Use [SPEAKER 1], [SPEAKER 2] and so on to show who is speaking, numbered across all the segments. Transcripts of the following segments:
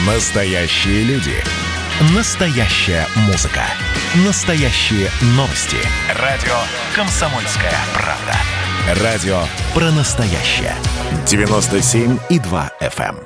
[SPEAKER 1] Настоящие люди. Настоящая музыка. Настоящие новости. Радио «Комсомольская правда». Радио про настоящее. 97,2 FM.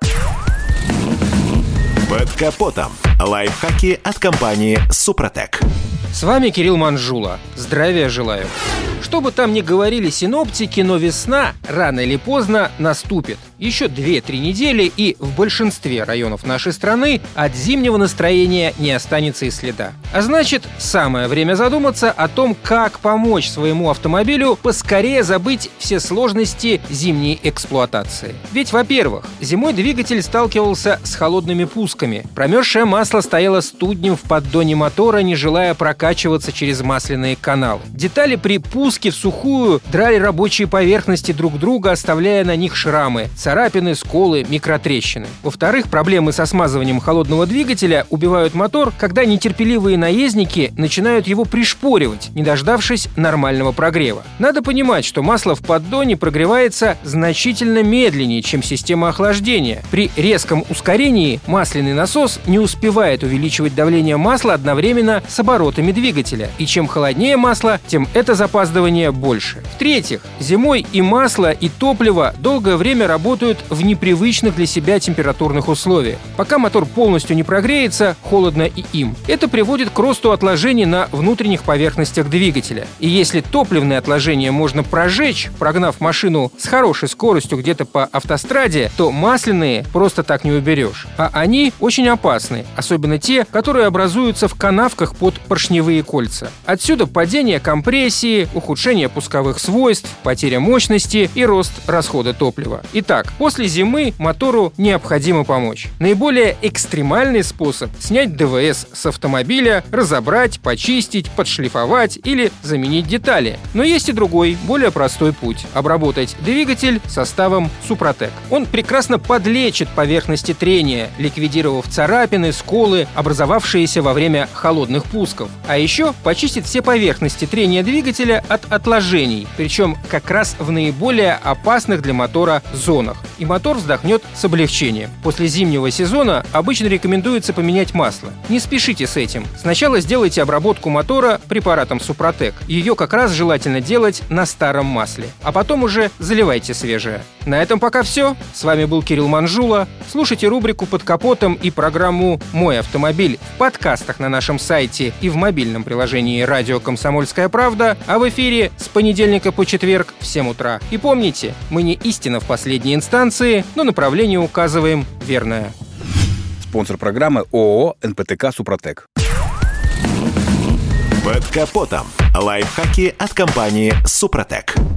[SPEAKER 1] Под капотом. Лайфхаки от компании «Супротек».
[SPEAKER 2] С вами Кирилл Манжула. Здравия желаю. Что бы там ни говорили синоптики, но весна рано или поздно наступит. Еще 2-3 недели, и в большинстве районов нашей страны от зимнего настроения не останется и следа. А значит, самое время задуматься о том, как помочь своему автомобилю поскорее забыть все сложности зимней эксплуатации. Ведь, во-первых, зимой двигатель сталкивался с холодными пусками. Промерзшее масло стояло студнем в поддоне мотора, не желая прокачиваться через масляные каналы. Детали при пуске в сухую драли рабочие поверхности друг друга, оставляя на них шрамы, царапины, сколы, микротрещины. Во-вторых, проблемы со смазыванием холодного двигателя убивают мотор, когда нетерпеливые наездники начинают его пришпоривать, не дождавшись нормального прогрева. Надо понимать, что масло в поддоне прогревается значительно медленнее, чем система охлаждения. При резком ускорении масляный насос не успевает увеличивать давление масла одновременно с оборотами двигателя. И чем холоднее масло, тем это запаздывание больше. В-третьих, зимой и масло, и топливо долгое время работают в непривычных для себя температурных условиях. Пока мотор полностью не прогреется, холодно и им. Это приводит к росту отложений на внутренних поверхностях двигателя. И если топливные отложения можно прожечь, прогнав машину с хорошей скоростью где-то по автостраде, то масляные просто так не уберешь. А они очень опасны, особенно те, которые образуются в канавках под поршневые кольца. Отсюда падение компрессии, ухудшение пусковых свойств, потеря мощности и рост расхода топлива. Итак, после зимы мотору необходимо помочь. Наиболее экстремальный способ – снять ДВС с автомобиля, разобрать, почистить, подшлифовать или заменить детали. Но есть и другой, более простой путь – обработать двигатель составом Супротек. Он прекрасно подлечит поверхности трения, ликвидировав царапины, сколы, образовавшиеся во время холодных пусков. А еще почистит все поверхности трения двигателя от отложений, причем как раз в наиболее опасных для мотора зонах. И мотор вздохнет с облегчением. После зимнего сезона обычно рекомендуется поменять масло. Не спешите с этим. Сначала сделайте обработку мотора препаратом Супротек. Ее как раз желательно делать на старом масле. А потом уже заливайте свежее. На этом пока все. С вами был Кирилл Манжула. Слушайте рубрику «Под капотом» и программу «Мой автомобиль» в подкастах на нашем сайте и в мобильном приложении «Радио Комсомольская правда», а в эфире с понедельника по четверг в 7 утра. И помните, мы не истина в последней инстанции, но направление указываем верное.
[SPEAKER 3] Спонсор программы ООО «НПТК Супротек».
[SPEAKER 1] Под капотом. Лайфхаки от компании «Супротек».